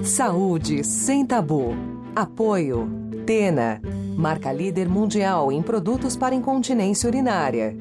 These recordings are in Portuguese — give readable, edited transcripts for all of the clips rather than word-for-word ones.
Saúde sem tabu. Apoio. Tena, marca líder mundial em produtos para incontinência urinária.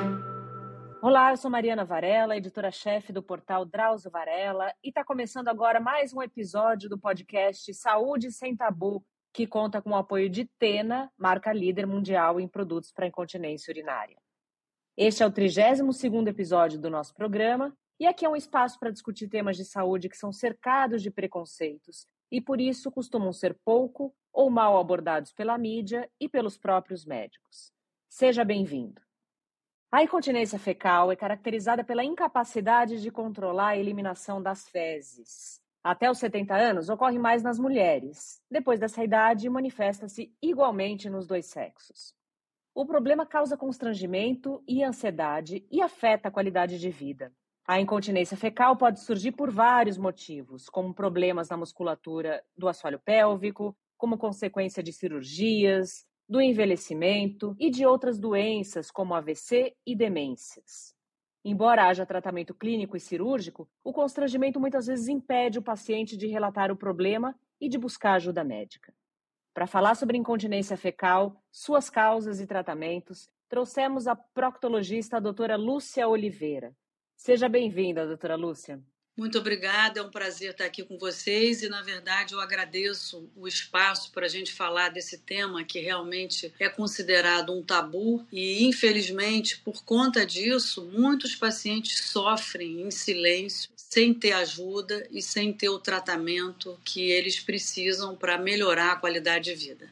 Olá, eu sou Mariana Varela, editora-chefe do portal Drauzio Varela, e está começando agora mais um episódio do podcast Saúde Sem Tabu, que conta com o apoio de Tena, marca líder mundial em produtos para incontinência urinária. Este é o 32º episódio do nosso programa, e aqui é um espaço para discutir temas de saúde que são cercados de preconceitos e, por isso, costumam ser pouco ou mal abordados pela mídia e pelos próprios médicos. Seja bem-vindo. A incontinência fecal é caracterizada pela incapacidade de controlar a eliminação das fezes. Até os 70 anos, ocorre mais nas mulheres. Depois dessa idade, manifesta-se igualmente nos dois sexos. O problema causa constrangimento e ansiedade e afeta a qualidade de vida. A incontinência fecal pode surgir por vários motivos, como problemas na musculatura do assoalho pélvico, como consequência de cirurgias, do envelhecimento e de outras doenças como AVC e demências. Embora haja tratamento clínico e cirúrgico, o constrangimento muitas vezes impede o paciente de relatar o problema e de buscar ajuda médica. Para falar sobre incontinência fecal, suas causas e tratamentos, trouxemos a proctologista a doutora Lúcia Oliveira. Seja bem-vinda, doutora Lúcia. Muito obrigada, é um prazer estar aqui com vocês e, na verdade, eu agradeço o espaço para a gente falar desse tema que realmente é considerado um tabu e, infelizmente, por conta disso, muitos pacientes sofrem em silêncio, sem ter ajuda e sem ter o tratamento que eles precisam para melhorar a qualidade de vida.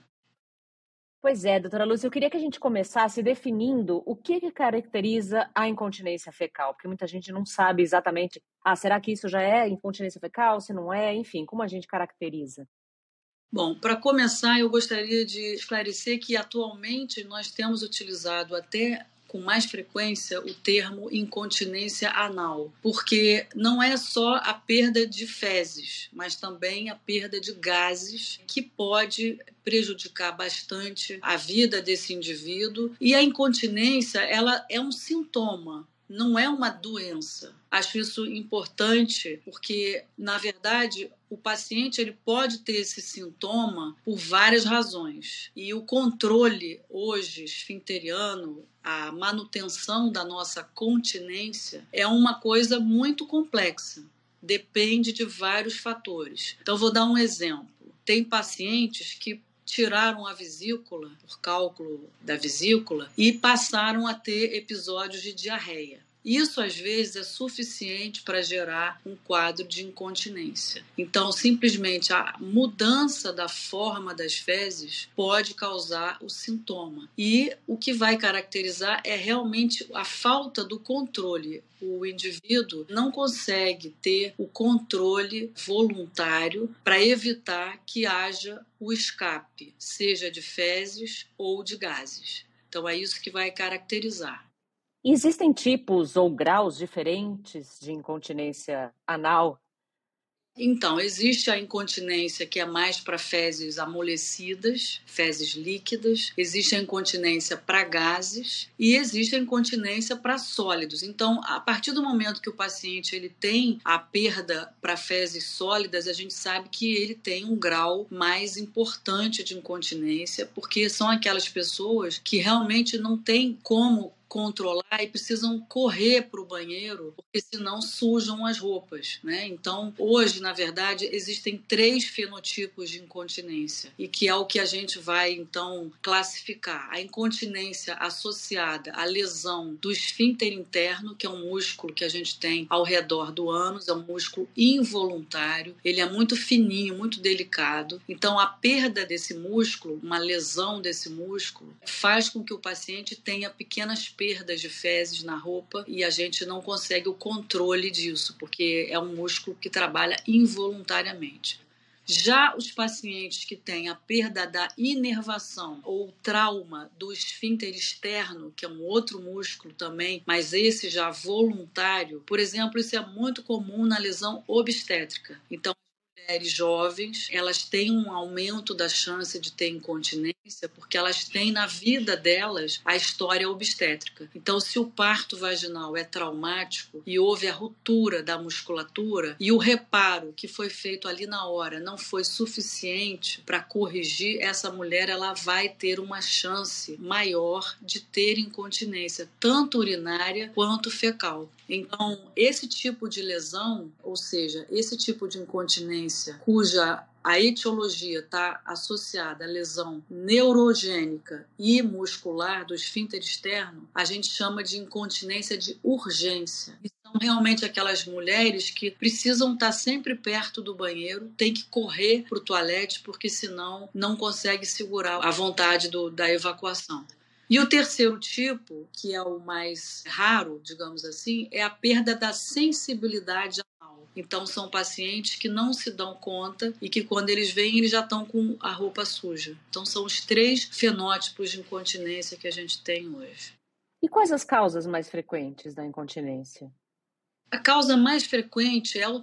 Pois é, doutora Lúcia, eu queria que a gente começasse definindo o que caracteriza a incontinência fecal, porque muita gente não sabe exatamente, será que isso já é incontinência fecal, se não é, enfim, como a gente caracteriza? Bom, para começar, eu gostaria de esclarecer que atualmente nós temos utilizado até com mais frequência o termo incontinência anal, porque não é só a perda de fezes, mas também a perda de gases, que pode prejudicar bastante a vida desse indivíduo. E a incontinência, ela é um sintoma, não é uma doença. Acho isso importante porque, na verdade, o paciente ele pode ter esse sintoma por várias razões. E o controle hoje esfinteriano, a manutenção da nossa continência é uma coisa muito complexa. Depende de vários fatores. Então, vou dar um exemplo. Tem pacientes que tiraram a vesícula, por cálculo da vesícula, e passaram a ter episódios de diarreia. Isso, às vezes, é suficiente para gerar um quadro de incontinência. Então, simplesmente a mudança da forma das fezes pode causar o sintoma. E o que vai caracterizar é realmente a falta do controle. O indivíduo não consegue ter o controle voluntário para evitar que haja o escape, seja de fezes ou de gases. Então, é isso que vai caracterizar. Existem tipos ou graus diferentes de incontinência anal? Então, existe a incontinência que é mais para fezes amolecidas, fezes líquidas, existe a incontinência para gases e existe a incontinência para sólidos. Então, a partir do momento que o paciente ele tem a perda para fezes sólidas, a gente sabe que ele tem um grau mais importante de incontinência, porque são aquelas pessoas que realmente não têm como controlar e precisam correr para o banheiro, porque senão sujam as roupas, né? Então, hoje, na verdade, existem 3 fenotipos de incontinência, e que é o que a gente vai, então, classificar. A incontinência associada à lesão do esfíncter interno, que é um músculo que a gente tem ao redor do ânus, é um músculo involuntário, ele é muito fininho, muito delicado. Então, a perda desse músculo, uma lesão desse músculo, faz com que o paciente tenha pequenas perdas de fezes na roupa e a gente não consegue o controle disso, porque é um músculo que trabalha involuntariamente. Já os pacientes que têm a perda da inervação ou trauma do esfíncter externo, que é um outro músculo também, mas esse já voluntário, por exemplo, isso é muito comum na lesão obstétrica. Então, mulheres jovens, elas têm um aumento da chance de ter incontinência porque elas têm na vida delas a história obstétrica. Então, se o parto vaginal é traumático e houve a ruptura da musculatura e o reparo que foi feito ali na hora não foi suficiente para corrigir, essa mulher ela vai ter uma chance maior de ter incontinência, tanto urinária quanto fecal. Então, esse tipo de lesão, ou seja, esse tipo de incontinência cuja a etiologia está associada à lesão neurogênica e muscular do esfíncter externo, a gente chama de incontinência de urgência. E são realmente aquelas mulheres que precisam estar sempre perto do banheiro, tem que correr para o toalete, porque senão não consegue segurar a vontade da evacuação. E o terceiro tipo, que é o mais raro, digamos assim, é a perda da sensibilidade anal. Então, são pacientes que não se dão conta e que, quando eles vêm, eles já estão com a roupa suja. Então, são os 3 fenótipos de incontinência que a gente tem hoje. E quais as causas mais frequentes da incontinência? A causa mais frequente é o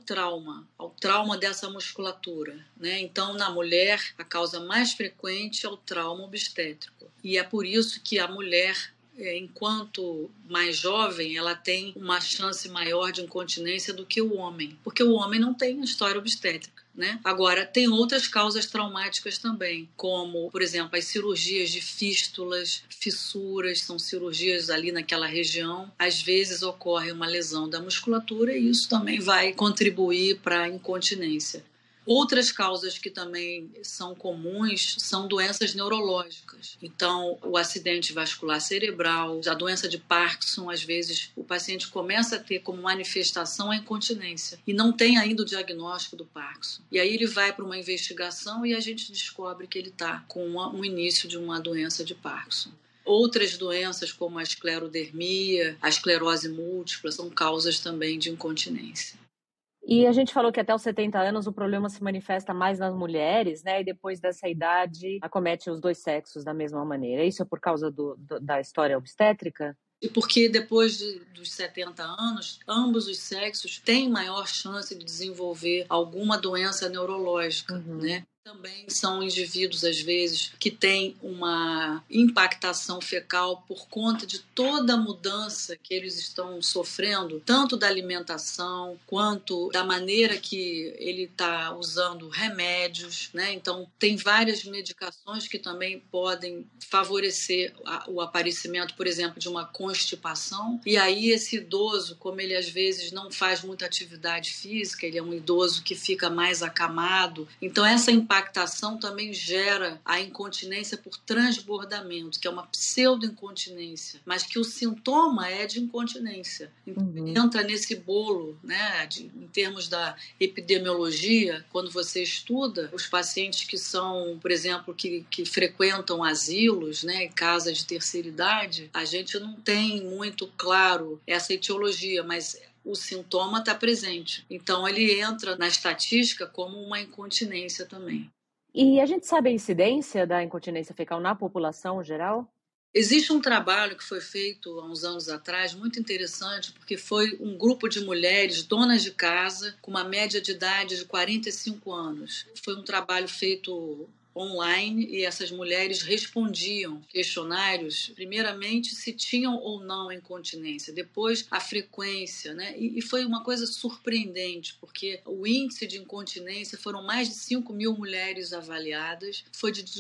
trauma dessa musculatura, né? Então, na mulher, a causa mais frequente é o trauma obstétrico. E é por isso que a mulher, enquanto mais jovem, ela tem uma chance maior de incontinência do que o homem, porque o homem não tem história obstétrica, né? Agora, tem outras causas traumáticas também, como, por exemplo, as cirurgias de fístulas, fissuras, são cirurgias ali naquela região. Às vezes ocorre uma lesão da musculatura e isso também vai contribuir para a incontinência. Outras causas que também são comuns são doenças neurológicas. Então, o acidente vascular cerebral, a doença de Parkinson, às vezes o paciente começa a ter como manifestação a incontinência e não tem ainda o diagnóstico do Parkinson. E aí ele vai para uma investigação e a gente descobre que ele está com um início de uma doença de Parkinson. Outras doenças, como a esclerodermia, a esclerose múltipla, são causas também de incontinência. E a gente falou que até os 70 anos o problema se manifesta mais nas mulheres, né? E depois dessa idade acomete os 2 sexos da mesma maneira. Isso é por causa da história obstétrica? E porque depois dos 70 anos, ambos os sexos têm maior chance de desenvolver alguma doença neurológica, né? Também são indivíduos, às vezes, que têm uma impactação fecal por conta de toda a mudança que eles estão sofrendo, tanto da alimentação quanto da maneira que ele está usando remédios, né? Então, tem várias medicações que também podem favorecer o aparecimento, por exemplo, de uma constipação. E aí esse idoso, como ele às vezes não faz muita atividade física, ele é um idoso que fica mais acamado, então essa impactação também gera a incontinência por transbordamento, que é uma pseudo-incontinência, mas que o sintoma é de incontinência. Então, entra nesse bolo, né, em termos da epidemiologia, quando você estuda os pacientes que são, por exemplo, que frequentam asilos, né, casas de terceira idade, a gente não tem muito claro essa etiologia, mas o sintoma está presente. Então, ele entra na estatística como uma incontinência também. E a gente sabe a incidência da incontinência fecal na população geral? Existe um trabalho que foi feito há uns anos atrás, muito interessante, porque foi um grupo de mulheres, donas de casa, com uma média de idade de 45 anos. Foi um trabalho feito online e essas mulheres respondiam questionários, primeiramente se tinham ou não incontinência, depois a frequência, né? E foi uma coisa surpreendente, porque o índice de incontinência foram mais de 5.000 mulheres avaliadas, foi de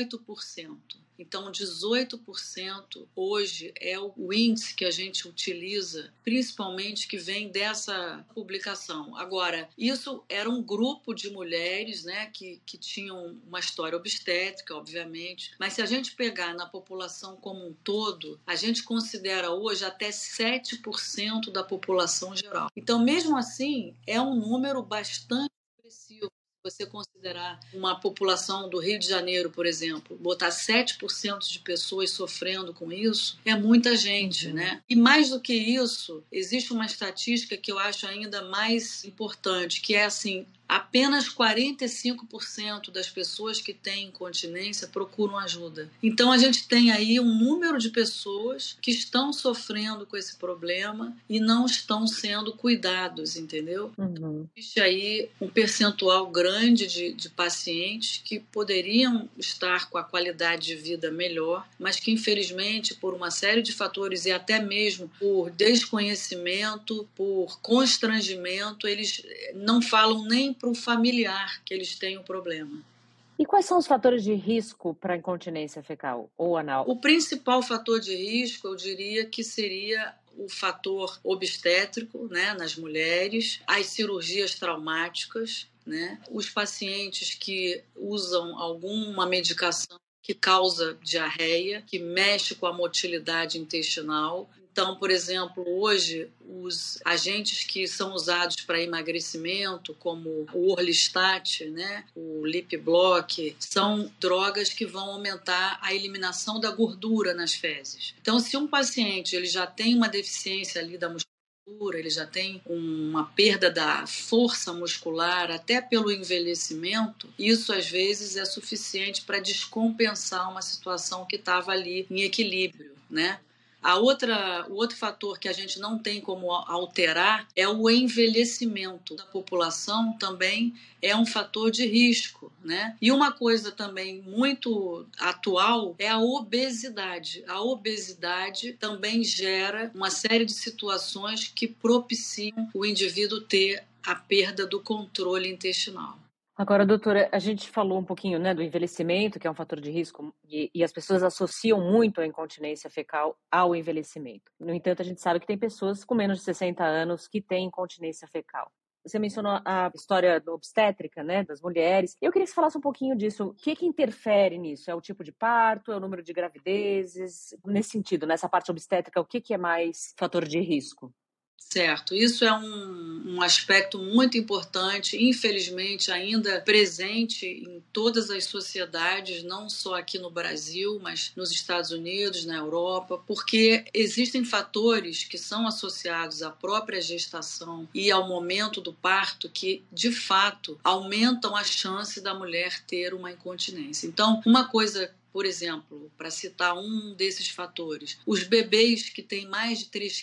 18%. Então, 18% hoje é o índice que a gente utiliza, principalmente que vem dessa publicação. Agora, isso era um grupo de mulheres, né, que tinham uma história obstétrica, obviamente, mas se a gente pegar na população como um todo, a gente considera hoje até 7% da população geral. Então, mesmo assim, é um número bastante expressivo. Você considerar uma população do Rio de Janeiro, por exemplo, botar 7% de pessoas sofrendo com isso, é muita gente, né? E mais do que isso, existe uma estatística que eu acho ainda mais importante, que é assim, apenas 45% das pessoas que têm incontinência procuram ajuda. Então a gente tem aí um número de pessoas que estão sofrendo com esse problema e não estão sendo cuidados, entendeu? Existe aí um percentual grande de pacientes que poderiam estar com a qualidade de vida melhor, mas que infelizmente por uma série de fatores e até mesmo por desconhecimento, por constrangimento, eles não falam nem para o familiar que eles têm o problema. E quais são os fatores de risco para a incontinência fecal ou anal? O principal fator de risco, eu diria que seria o fator obstétrico, né, nas mulheres, as cirurgias traumáticas, né, os pacientes que usam alguma medicação que causa diarreia, que mexe com a motilidade intestinal. Então, por exemplo, hoje, os agentes que são usados para emagrecimento, como o Orlistat, né, o Lip Block, são drogas que vão aumentar a eliminação da gordura nas fezes. Então, se um paciente ele já tem uma deficiência ali da musculatura, ele já tem uma perda da força muscular, até pelo envelhecimento, isso às vezes é suficiente para descompensar uma situação que estava ali em equilíbrio, né? O outro fator que a gente não tem como alterar é o envelhecimento da população, também é um fator de risco, né? E uma coisa também muito atual é a obesidade. A obesidade também gera uma série de situações que propiciam o indivíduo ter a perda do controle intestinal. Agora, doutora, a gente falou um pouquinho, né, do envelhecimento, que é um fator de risco, e as pessoas associam muito a incontinência fecal ao envelhecimento. No entanto, a gente sabe que tem pessoas com menos de 60 anos que têm incontinência fecal. Você mencionou a história obstétrica, né, das mulheres. Eu queria que você falasse um pouquinho disso. O que interfere nisso? É o tipo de parto? É o número de gravidezes? Nesse sentido, nessa parte obstétrica, o que é mais fator de risco? Certo, isso é um aspecto muito importante, infelizmente ainda presente em todas as sociedades, não só aqui no Brasil, mas nos Estados Unidos, na Europa, porque existem fatores que são associados à própria gestação e ao momento do parto que, de fato, aumentam a chance da mulher ter uma incontinência. Então, uma coisa, por exemplo, para citar um desses fatores, os bebês que têm mais de 3,5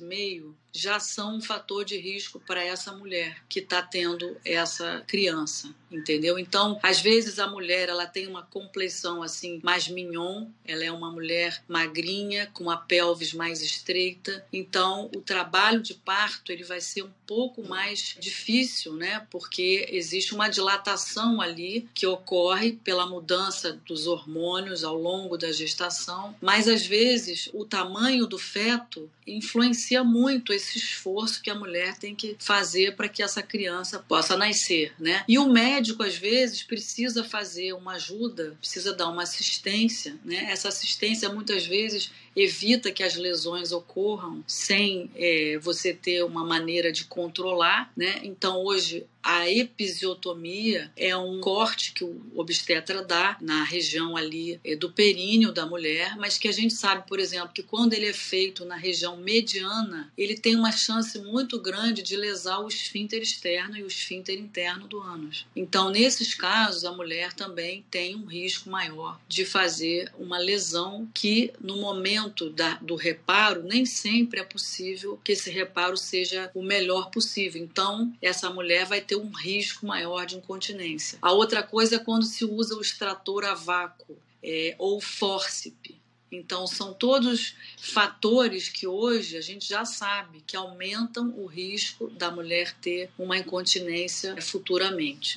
kg já são um fator de risco para essa mulher que está tendo essa criança, entendeu? Então, às vezes a mulher ela tem uma compleição assim mais mignon, ela é uma mulher magrinha, com a pelvis mais estreita, então o trabalho de parto ele vai ser um pouco mais difícil, né? Porque existe uma dilatação ali que ocorre pela mudança dos hormônios ao longo da gestação, mas às vezes o tamanho do feto influencia muito esse esforço que a mulher tem que fazer para que essa criança possa nascer, né? E o médico às vezes precisa fazer uma ajuda, precisa dar uma assistência, né? Essa assistência muitas vezes evita que as lesões ocorram sem você ter uma maneira de controlar, né? Então hoje a episiotomia é um corte que o obstetra dá na região ali do períneo da mulher, mas que a gente sabe, por exemplo, que quando ele é feito na região mediana, ele tem uma chance muito grande de lesar o esfíncter externo e o esfíncter interno do ânus. Então, nesses casos, a mulher também tem um risco maior de fazer uma lesão que, no momento do reparo, nem sempre é possível que esse reparo seja o melhor possível. Então, essa mulher vai ter um risco maior de incontinência. A outra coisa é quando se usa o extrator a vácuo ou fórceps. Então, são todos fatores que hoje a gente já sabe que aumentam o risco da mulher ter uma incontinência futuramente.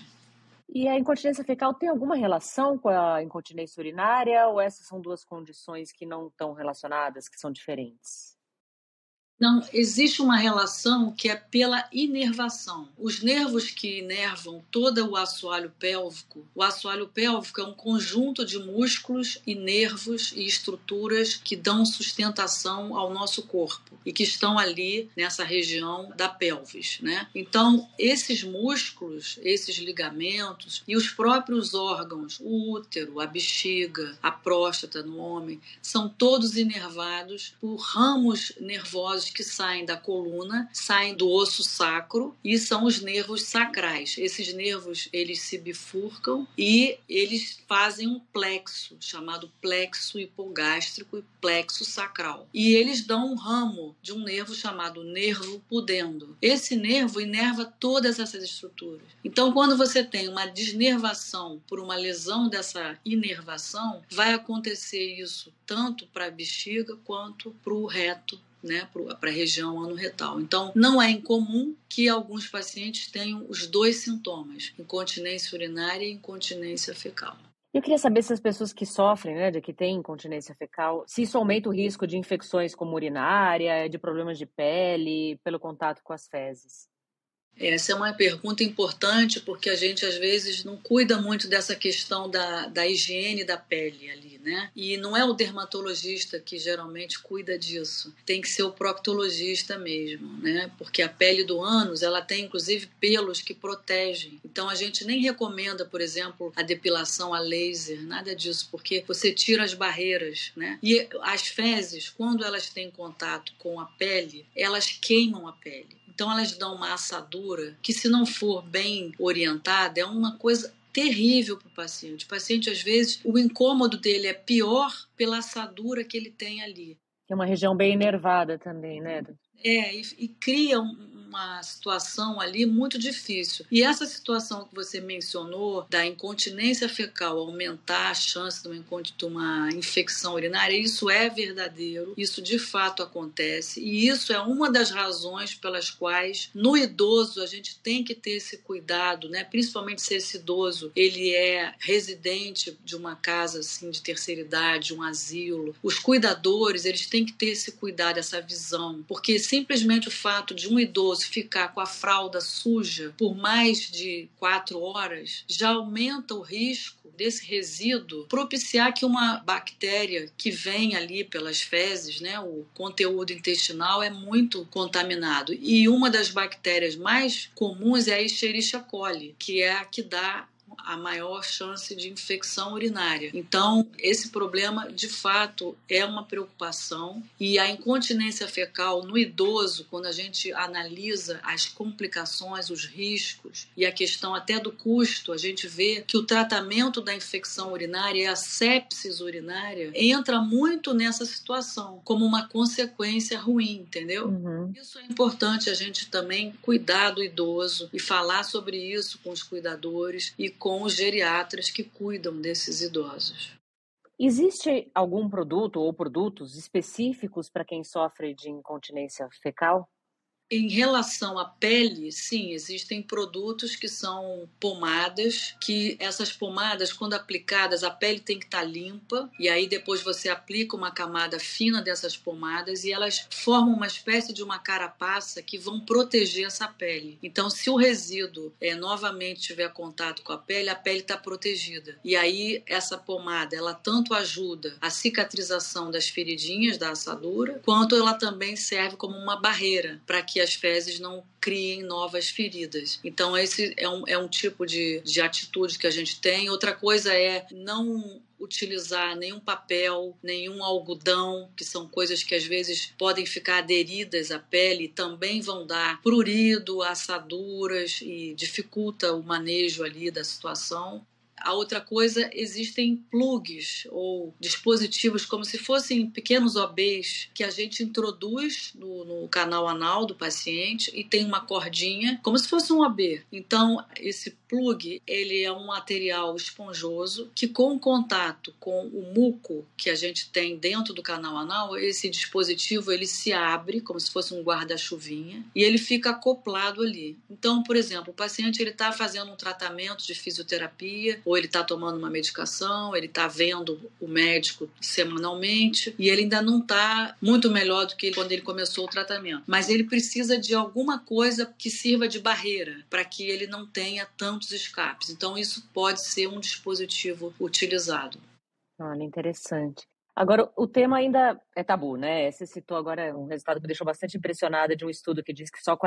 E a incontinência fecal tem alguma relação com a incontinência urinária ou essas são duas condições que não estão relacionadas, que são diferentes? Não, existe uma relação que é pela inervação. Os nervos que inervam todo o assoalho pélvico é um conjunto de músculos e nervos e estruturas que dão sustentação ao nosso corpo e que estão ali nessa região da pelvis, né? Então, esses músculos, esses ligamentos e os próprios órgãos, o útero, a bexiga, a próstata no homem, são todos inervados por ramos nervosos nervos que saem da coluna, saem do osso sacro e são os nervos sacrais. Esses nervos, eles se bifurcam e eles fazem um plexo, chamado plexo hipogástrico e plexo sacral. E eles dão um ramo de um nervo chamado nervo pudendo. Esse nervo inerva todas essas estruturas. Então, quando você tem uma desnervação por uma lesão dessa inervação, vai acontecer isso tanto para a bexiga quanto para o reto, né, para a região anorretal. Então, não é incomum que alguns pacientes tenham os dois sintomas, incontinência urinária e incontinência fecal. Eu queria saber se as pessoas que sofrem, né, de que têm incontinência fecal, se isso aumenta o risco de infecções como urinária, de problemas de pele, pelo contato com as fezes. Essa é uma pergunta importante porque a gente às vezes não cuida muito dessa questão da higiene da pele ali, né? E não é o dermatologista que geralmente cuida disso, tem que ser o proctologista mesmo, né? Porque a pele do ânus, ela tem inclusive pelos que protegem. Então a gente nem recomenda, por exemplo, a depilação a laser, nada disso, porque você tira as barreiras, né? E as fezes, quando elas têm contato com a pele, elas queimam a pele. Então elas dão uma assadura que, se não for bem orientada, é uma coisa terrível para o paciente. O paciente, às vezes, o incômodo dele é pior pela assadura que ele tem ali. É uma região bem enervada também, né? E cria uma situação ali muito difícil. E essa situação que você mencionou, da incontinência fecal aumentar a chance de uma infecção urinária, isso é verdadeiro, isso de fato acontece, e isso é uma das razões pelas quais no idoso a gente tem que ter esse cuidado, né? Principalmente se esse idoso ele é residente de uma casa assim, de terceira idade, um asilo. Os cuidadores, eles têm que ter esse cuidado, essa visão, porque simplesmente o fato de um idoso ficar com a fralda suja por mais de 4 horas já aumenta o risco desse resíduo propiciar que uma bactéria que vem ali pelas fezes, né, o conteúdo intestinal é muito contaminado. E uma das bactérias mais comuns é a Escherichia coli, que é a que dá a maior chance de infecção urinária. Então, esse problema, de fato, é uma preocupação. E a incontinência fecal no idoso, quando a gente analisa as complicações, os riscos e a questão até do custo, a gente vê que o tratamento da infecção urinária e a sepsis urinária entra muito nessa situação, como uma consequência ruim, entendeu? Uhum. Isso é importante a gente também cuidar do idoso e falar sobre isso com os cuidadores e com os geriatras que cuidam desses idosos. Existe algum produto ou produtos específicos para quem sofre de incontinência fecal? Em relação à pele, sim, existem produtos que são pomadas, que essas pomadas, quando aplicadas, a pele tem que estar limpa, e aí depois você aplica uma camada fina dessas pomadas e elas formam uma espécie de uma carapaça que vão proteger essa pele. Então, se o resíduo novamente tiver contato com a pele está protegida. E aí, essa pomada, ela tanto ajuda a cicatrização das feridinhas da assadura, quanto ela também serve como uma barreira para que as fezes não criem novas feridas. Então, esse é um tipo de atitude que a gente tem. Outra coisa é não utilizar nenhum papel, nenhum algodão, que são coisas que às vezes podem ficar aderidas à pele e também vão dar prurido, assaduras e dificulta o manejo ali da situação. A outra coisa, existem plugs ou dispositivos como se fossem pequenos OBs que a gente introduz no canal anal do paciente e tem uma cordinha, como se fosse um OB. Então, esse plug, ele é um material esponjoso que, com contato com o muco que a gente tem dentro do canal anal, esse dispositivo ele se abre como se fosse um guarda-chuvinha e ele fica acoplado ali. Então, por exemplo, o paciente está fazendo um tratamento de fisioterapia ou ele está tomando uma medicação, ele está vendo o médico semanalmente e ele ainda não está muito melhor do que quando ele começou o tratamento. Mas ele precisa de alguma coisa que sirva de barreira para que ele não tenha tantos escapes. Então, isso pode ser um dispositivo utilizado. Olha, interessante. Agora, o tema ainda é tabu, né? Você citou agora um resultado que me deixou bastante impressionada de um estudo que diz que só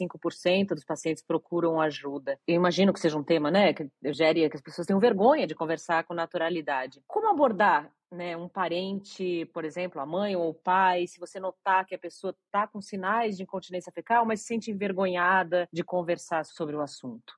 45% dos pacientes procuram ajuda. Eu imagino que seja um tema, né, que gere que as pessoas tenham vergonha de conversar com naturalidade. Como abordar né, um parente, por exemplo, a mãe ou o pai, se você notar que a pessoa está com sinais de incontinência fecal, mas se sente envergonhada de conversar sobre o assunto?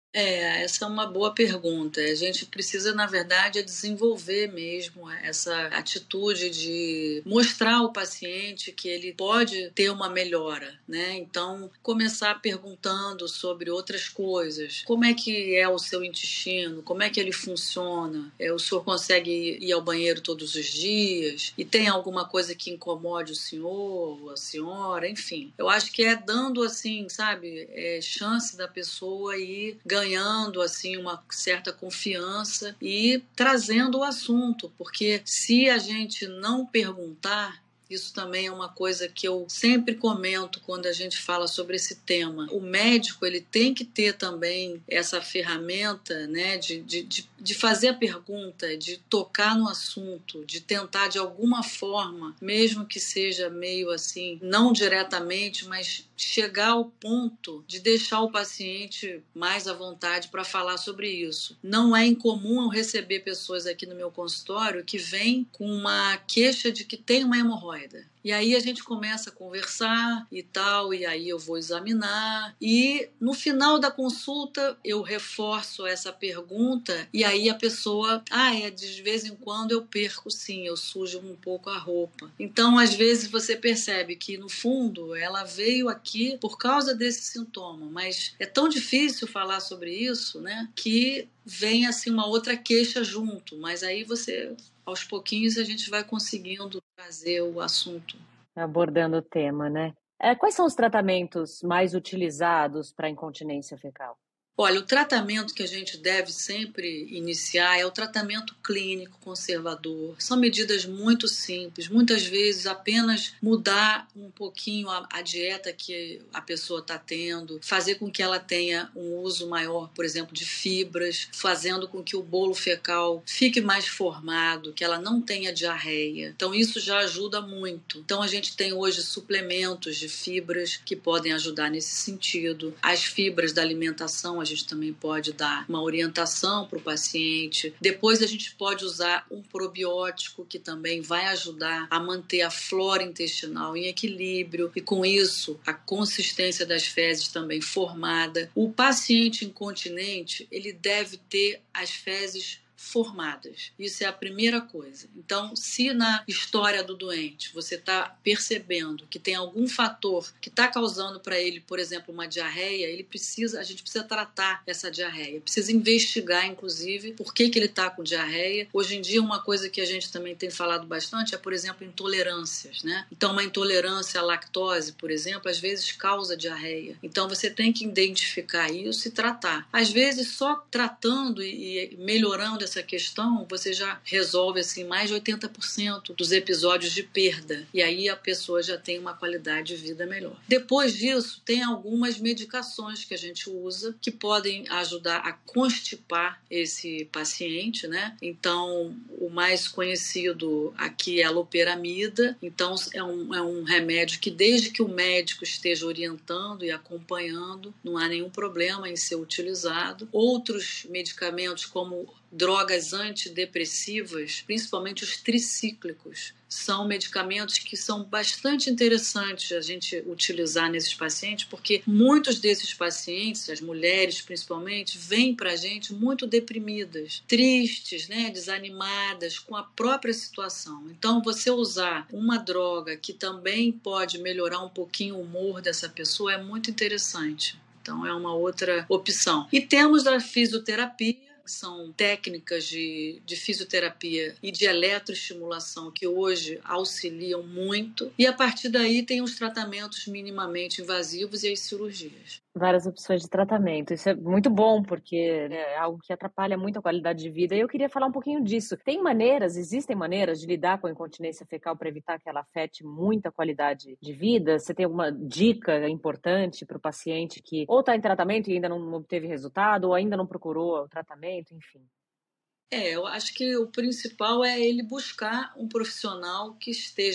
Essa é uma boa pergunta. A gente precisa, na verdade, desenvolver mesmo essa atitude de mostrar ao paciente que ele pode ter uma melhora, né? Então, começar perguntando sobre outras coisas. Como é que é o seu intestino? Como é que ele funciona? O senhor consegue ir ao banheiro todos os dias? E tem alguma coisa que incomode o senhor ou a senhora? Enfim, eu acho que é dando, assim, sabe, chance da pessoa ir ganhando assim uma certa confiança e trazendo o assunto, porque se a gente não perguntar, isso também é uma coisa que eu sempre comento quando a gente fala sobre esse tema. O médico, ele tem que ter também essa ferramenta, né, de fazer a pergunta, de tocar no assunto, de tentar de alguma forma, mesmo que seja meio assim, não diretamente, mas chegar ao ponto de deixar o paciente mais à vontade para falar sobre isso. Não é incomum eu receber pessoas aqui no meu consultório que vêm com uma queixa de que tem uma hemorroida. E aí a gente começa a conversar e tal, e aí eu vou examinar. E no final da consulta eu reforço essa pergunta e aí a pessoa, de vez em quando eu perco sim, eu sujo um pouco a roupa. Então às vezes você percebe que no fundo ela veio aqui por causa desse sintoma, mas é tão difícil falar sobre isso, né, que vem assim uma outra queixa junto, mas aí você, aos pouquinhos, a gente vai conseguindo trazer o assunto. Abordando o tema, né? Quais são os tratamentos mais utilizados para incontinência fecal? Olha, o tratamento que a gente deve sempre iniciar é o tratamento clínico conservador. São medidas muito simples, muitas vezes apenas mudar um pouquinho a dieta que a pessoa está tendo, fazer com que ela tenha um uso maior, por exemplo, de fibras, fazendo com que o bolo fecal fique mais formado, que ela não tenha diarreia. Então isso já ajuda muito. Então a gente tem hoje suplementos de fibras que podem ajudar nesse sentido. As fibras da alimentação, a gente também pode dar uma orientação para o paciente. Depois a gente pode usar um probiótico que também vai ajudar a manter a flora intestinal em equilíbrio e com isso a consistência das fezes também formada. O paciente incontinente, ele deve ter as fezes formadas. Isso é a primeira coisa. Então, se na história do doente você está percebendo que tem algum fator que está causando para ele, por exemplo, uma diarreia, a gente precisa tratar essa diarreia. Precisa investigar, inclusive, por que ele está com diarreia. Hoje em dia, uma coisa que a gente também tem falado bastante é, por exemplo, intolerâncias, né? Então, uma intolerância à lactose, por exemplo, às vezes causa diarreia. Então, você tem que identificar isso e tratar. Às vezes, só tratando e melhorando essa questão, você já resolve assim, mais de 80% dos episódios de perda. E aí a pessoa já tem uma qualidade de vida melhor. Depois disso, tem algumas medicações que a gente usa que podem ajudar a constipar esse paciente, né? Então, o mais conhecido aqui é a loperamida. Então, é um remédio que, desde que o médico esteja orientando e acompanhando, não há nenhum problema em ser utilizado. Outros medicamentos, como drogas antidepressivas, principalmente os tricíclicos, são medicamentos que são bastante interessantes a gente utilizar nesses pacientes, porque muitos desses pacientes, as mulheres principalmente, vêm para a gente muito deprimidas, tristes, né, desanimadas com a própria situação. Então, você usar uma droga que também pode melhorar um pouquinho o humor dessa pessoa é muito interessante. Então, é uma outra opção. E temos a fisioterapia, são técnicas de fisioterapia e de eletroestimulação que hoje auxiliam muito. E a partir daí tem os tratamentos minimamente invasivos e as cirurgias. Várias opções de tratamento. Isso é muito bom, porque é algo que atrapalha muito a qualidade de vida. E eu queria falar um pouquinho disso. Existem maneiras de lidar com a incontinência fecal para evitar que ela afete muito a qualidade de vida? Você tem alguma dica importante para o paciente que ou está em tratamento e ainda não obteve resultado, ou ainda não procurou o tratamento, enfim? Eu acho que o principal é ele buscar um profissional que esteja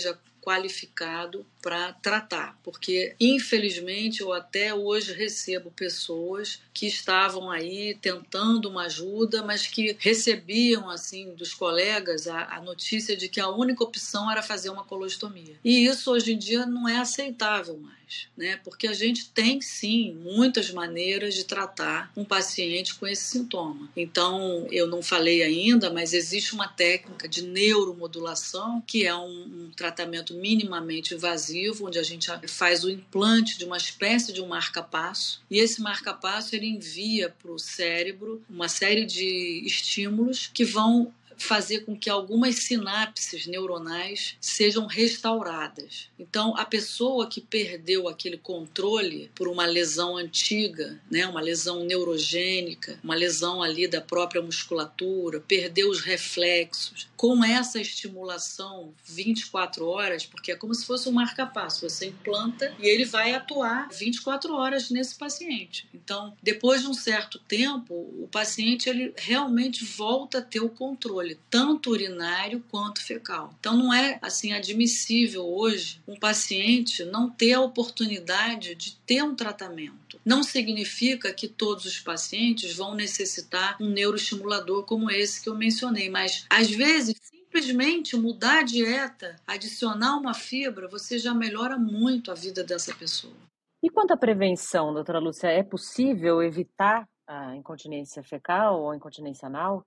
qualificado para tratar, porque infelizmente eu até hoje recebo pessoas que estavam aí tentando uma ajuda, mas que recebiam assim dos colegas a notícia de que a única opção era fazer uma colostomia. E isso hoje em dia não é aceitável mais, né? Porque a gente tem sim muitas maneiras de tratar um paciente com esse sintoma. Então, eu não falei ainda, mas existe uma técnica de neuromodulação, que é um tratamento minimamente invasivo, onde a gente faz o implante de uma espécie de um marca-passo, e esse marca-passo ele envia para o cérebro uma série de estímulos que vão fazer com que algumas sinapses neuronais sejam restauradas. Então, a pessoa que perdeu aquele controle por uma lesão antiga, né, uma lesão neurogênica, uma lesão ali da própria musculatura, perdeu os reflexos, com essa estimulação 24 horas, porque é como se fosse um marca-passo, você implanta e ele vai atuar 24 horas nesse paciente. Então, depois de um certo tempo, o paciente ele realmente volta a ter o controle, tanto urinário quanto fecal. Então não é assim admissível hoje um paciente não ter a oportunidade de ter um tratamento. Não significa que todos os pacientes vão necessitar um neuroestimulador como esse que eu mencionei, mas às vezes simplesmente mudar a dieta, adicionar uma fibra, você já melhora muito a vida dessa pessoa. E quanto à prevenção, doutora Lúcia, é possível evitar a incontinência fecal ou a incontinência anal?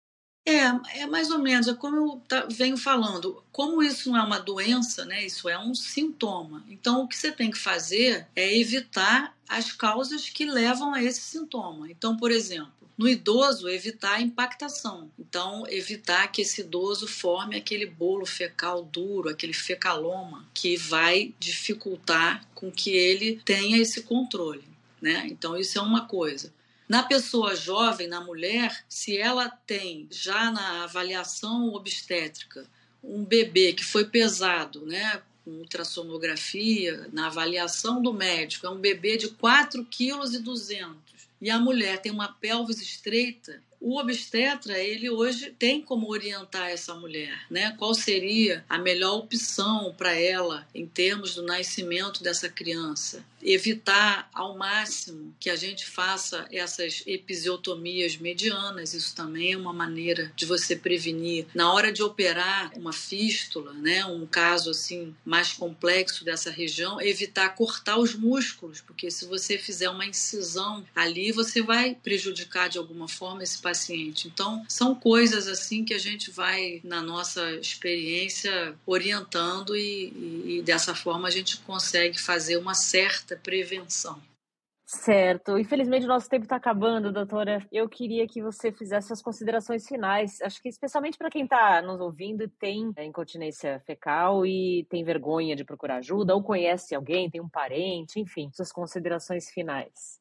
É mais ou menos, é como eu venho falando, como isso não é uma doença, né, isso é um sintoma. Então, o que você tem que fazer é evitar as causas que levam a esse sintoma. Então, por exemplo, no idoso, evitar a impactação. Então, evitar que esse idoso forme aquele bolo fecal duro, aquele fecaloma, que vai dificultar com que ele tenha esse controle, né? Então, isso é uma coisa. Na pessoa jovem, na mulher, se ela tem já na avaliação obstétrica um bebê que foi pesado, né, com ultrassonografia, na avaliação do médico, é um bebê de 4,2 kg e a mulher tem uma pelvis estreita, o obstetra, ele hoje tem como orientar essa mulher, né? Qual seria a melhor opção para ela em termos do nascimento dessa criança. Evitar ao máximo que a gente faça essas episiotomias medianas, isso também é uma maneira de você prevenir. Na hora de operar uma fístula, né, um caso assim mais complexo dessa região, evitar cortar os músculos, porque se você fizer uma incisão ali, você vai prejudicar de alguma forma esse paciente. Então, são coisas assim que a gente vai, na nossa experiência, orientando e dessa forma a gente consegue fazer uma certa prevenção. Certo. Infelizmente, o nosso tempo está acabando, doutora. Eu queria que você fizesse as considerações finais. Acho que especialmente para quem está nos ouvindo e tem incontinência fecal e tem vergonha de procurar ajuda, ou conhece alguém, tem um parente, enfim, suas considerações finais.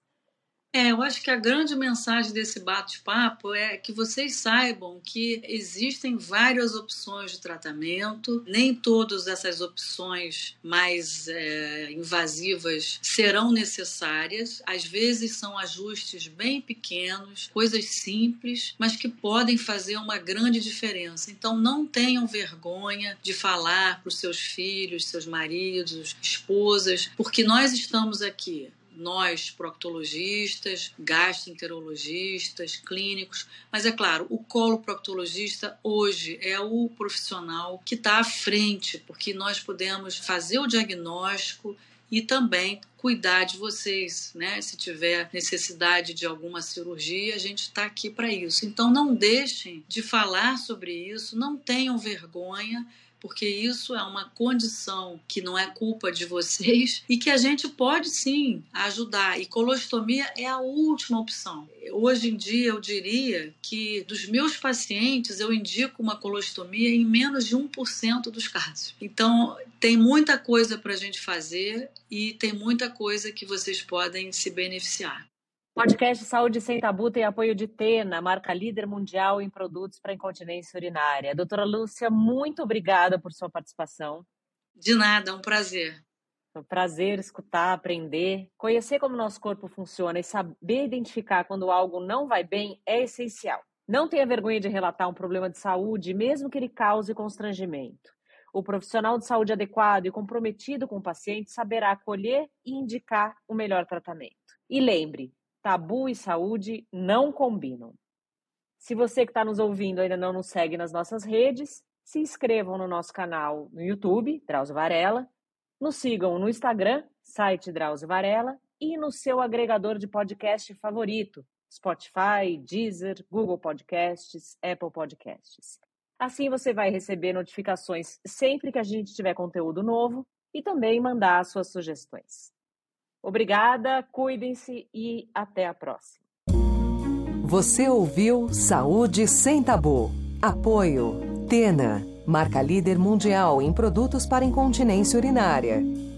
Eu acho que a grande mensagem desse bate-papo é que vocês saibam que existem várias opções de tratamento, nem todas essas opções mais invasivas serão necessárias, às vezes são ajustes bem pequenos, coisas simples, mas que podem fazer uma grande diferença. Então não tenham vergonha de falar para os seus filhos, seus maridos, esposas, porque nós estamos aqui. Nós, proctologistas, gastroenterologistas, clínicos, mas é claro, o coloproctologista hoje é o profissional que está à frente, porque nós podemos fazer o diagnóstico e também cuidar de vocês, né? Se tiver necessidade de alguma cirurgia, a gente está aqui para isso. Então não deixem de falar sobre isso, não tenham vergonha, porque isso é uma condição que não é culpa de vocês e que a gente pode sim ajudar. E colostomia é a última opção. Hoje em dia eu diria que dos meus pacientes eu indico uma colostomia em menos de 1% dos casos. Então tem muita coisa para a gente fazer e tem muita coisa que vocês podem se beneficiar. O podcast Saúde Sem Tabu tem apoio de Tena, marca líder mundial em produtos para incontinência urinária. Doutora Lúcia, muito obrigada por sua participação. De nada, é um prazer. É um prazer escutar, aprender. Conhecer como o nosso corpo funciona e saber identificar quando algo não vai bem é essencial. Não tenha vergonha de relatar um problema de saúde, mesmo que ele cause constrangimento. O profissional de saúde adequado e comprometido com o paciente saberá acolher e indicar o melhor tratamento. E lembre, tabu e saúde não combinam. Se você que está nos ouvindo ainda não nos segue nas nossas redes, se inscrevam no nosso canal no YouTube, Drauzio Varella, nos sigam no Instagram, site Drauzio Varella, e no seu agregador de podcast favorito, Spotify, Deezer, Google Podcasts, Apple Podcasts. Assim você vai receber notificações sempre que a gente tiver conteúdo novo e também mandar suas sugestões. Obrigada, cuidem-se e até a próxima. Você ouviu Saúde Sem Tabu. Apoio Tena, marca líder mundial em produtos para incontinência urinária.